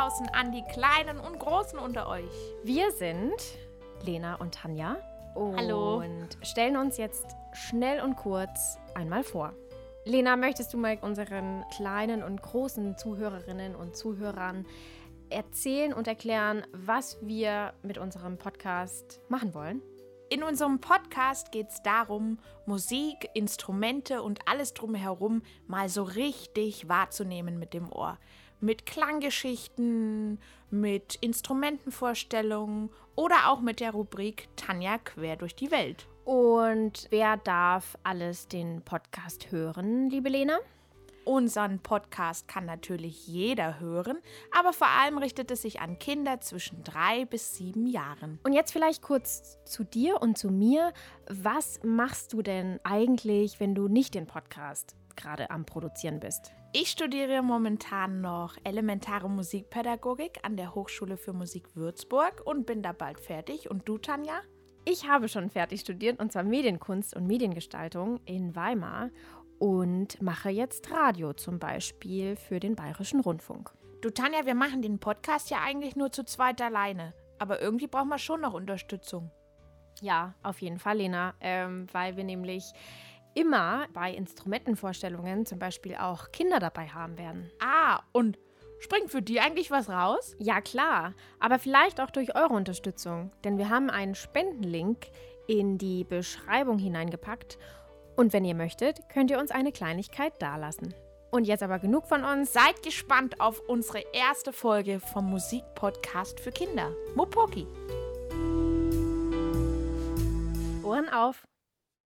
draußen an die Kleinen und Großen unter euch. Wir sind Lena und Tanja. Hallo. Und stellen uns jetzt schnell und kurz einmal vor. Lena, möchtest du mal unseren kleinen und großen Zuhörerinnen und Zuhörern erzählen und erklären, was wir mit unserem Podcast machen wollen? In unserem Podcast geht es darum, Musik, Instrumente und alles drumherum mal so richtig wahrzunehmen mit dem Ohr. Mit Klanggeschichten, mit Instrumentenvorstellungen oder auch mit der Rubrik Tanja quer durch die Welt. Und wer darf alles den Podcast hören, liebe Lena? Unseren Podcast kann natürlich jeder hören, aber vor allem richtet es sich an Kinder zwischen 3 bis 7 Jahren. Und jetzt vielleicht kurz zu dir und zu mir. Was machst du denn eigentlich, wenn du nicht den Podcast gerade am Produzieren bist? Ich studiere momentan noch elementare Musikpädagogik an der Hochschule für Musik Würzburg und bin da bald fertig. Und du, Tanja? Ich habe schon fertig studiert, und zwar Medienkunst und Mediengestaltung in Weimar und mache jetzt Radio zum Beispiel für den Bayerischen Rundfunk. Du, Tanja, wir machen den Podcast ja eigentlich nur zu zweit alleine, aber irgendwie brauchen wir schon noch Unterstützung. Ja, auf jeden Fall, Lena, weil wir nämlich immer bei Instrumentenvorstellungen zum Beispiel auch Kinder dabei haben werden. Ah, und springt für die eigentlich was raus? Ja, klar, aber vielleicht auch durch eure Unterstützung, denn wir haben einen Spendenlink in die Beschreibung hineingepackt und wenn ihr möchtet, könnt ihr uns eine Kleinigkeit dalassen. Und jetzt aber genug von uns. Seid gespannt auf unsere erste Folge vom Musikpodcast für Kinder. Mupoki. Ohren auf!